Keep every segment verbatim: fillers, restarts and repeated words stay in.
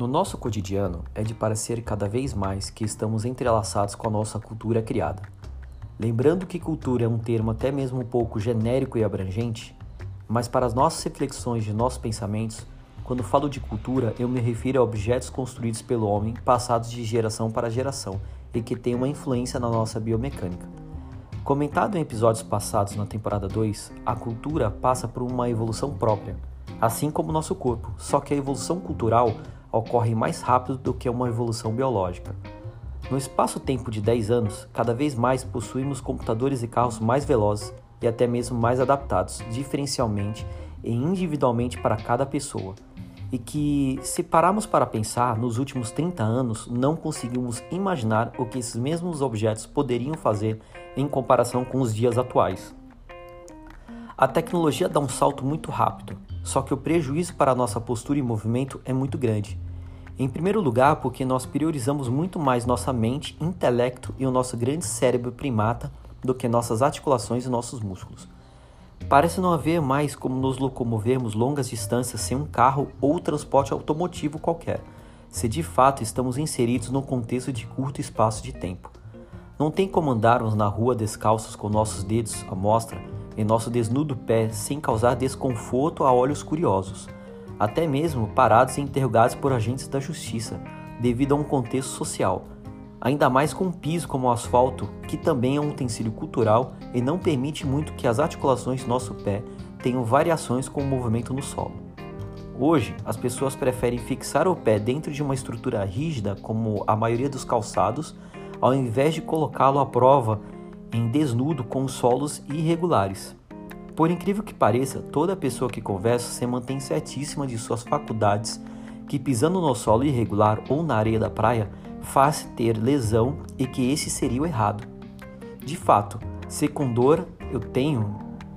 No nosso cotidiano, é de parecer cada vez mais que estamos entrelaçados com a nossa cultura criada. Lembrando que cultura é um termo até mesmo um pouco genérico e abrangente, mas para as nossas reflexões de nossos pensamentos, quando falo de cultura, eu me refiro a objetos construídos pelo homem, passados de geração para geração e que têm uma influência na nossa biomecânica. Comentado em episódios passados na temporada dois, a cultura passa por uma evolução própria, assim como o nosso corpo, só que a evolução cultural ocorre mais rápido do que uma evolução biológica. No espaço-tempo de dez anos, cada vez mais possuímos computadores e carros mais velozes e até mesmo mais adaptados, diferencialmente e individualmente para cada pessoa. E que, se pararmos para pensar, nos últimos trinta anos, não conseguimos imaginar o que esses mesmos objetos poderiam fazer em comparação com os dias atuais. A tecnologia dá um salto muito rápido, só que o prejuízo para a nossa postura e movimento é muito grande. Em primeiro lugar, porque nós priorizamos muito mais nossa mente, intelecto e o nosso grande cérebro primata do que nossas articulações e nossos músculos. Parece não haver mais como nos locomovermos longas distâncias sem um carro ou transporte automotivo qualquer, se de fato estamos inseridos num contexto de curto espaço de tempo. Não tem como andarmos na rua descalços com nossos dedos à mostra em nosso desnudo pé sem causar desconforto a olhos curiosos, até mesmo parados e interrogados por agentes da justiça, devido a um contexto social, ainda mais com um piso como o asfalto, que também é um utensílio cultural e não permite muito que as articulações do nosso pé tenham variações com o movimento no solo. Hoje, as pessoas preferem fixar o pé dentro de uma estrutura rígida, como a maioria dos calçados, ao invés de colocá-lo à prova em desnudo com solos irregulares. Por incrível que pareça, toda pessoa que conversa se mantém certíssima de suas faculdades, que pisando no solo irregular ou na areia da praia faz ter lesão e que esse seria o errado. De fato, se com dor eu tenho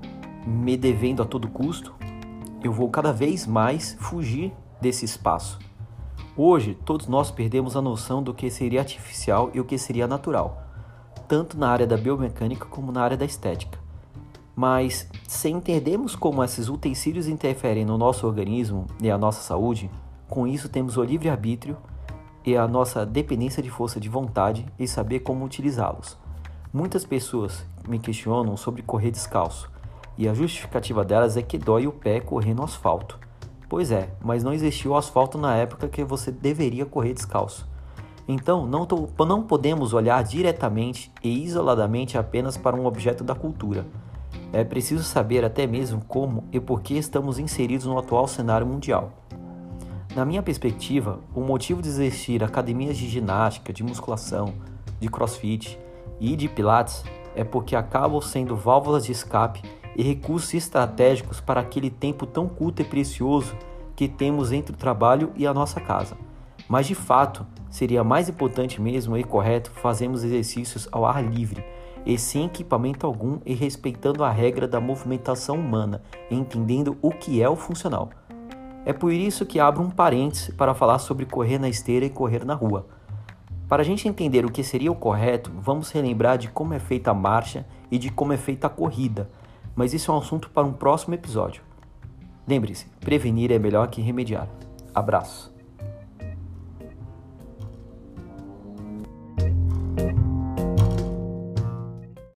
me devendo a todo custo, eu vou cada vez mais fugir desse espaço. Hoje, todos nós perdemos a noção do que seria artificial e o que seria natural, tanto na área da biomecânica como na área da estética. Mas, se entendermos como esses utensílios interferem no nosso organismo e a nossa saúde, com isso temos o livre-arbítrio e a nossa dependência de força de vontade e saber como utilizá-los. Muitas pessoas me questionam sobre correr descalço, e a justificativa delas é que dói o pé correr no asfalto. Pois é, mas não existiu o asfalto na época que você deveria correr descalço. Então, não, tô, não podemos olhar diretamente e isoladamente apenas para um objeto da cultura. É preciso saber até mesmo como e por que estamos inseridos no atual cenário mundial. Na minha perspectiva, o motivo de existir academias de ginástica, de musculação, de crossfit e de pilates é porque acabam sendo válvulas de escape e recursos estratégicos para aquele tempo tão curto e precioso que temos entre o trabalho e a nossa casa. Mas de fato, seria mais importante mesmo e correto fazermos exercícios ao ar livre e sem equipamento algum e respeitando a regra da movimentação humana, entendendo o que é o funcional. É por isso que abro um parêntese para falar sobre correr na esteira e correr na rua. Para a gente entender o que seria o correto, vamos relembrar de como é feita a marcha e de como é feita a corrida, mas isso é um assunto para um próximo episódio. Lembre-se, prevenir é melhor que remediar. Abraço!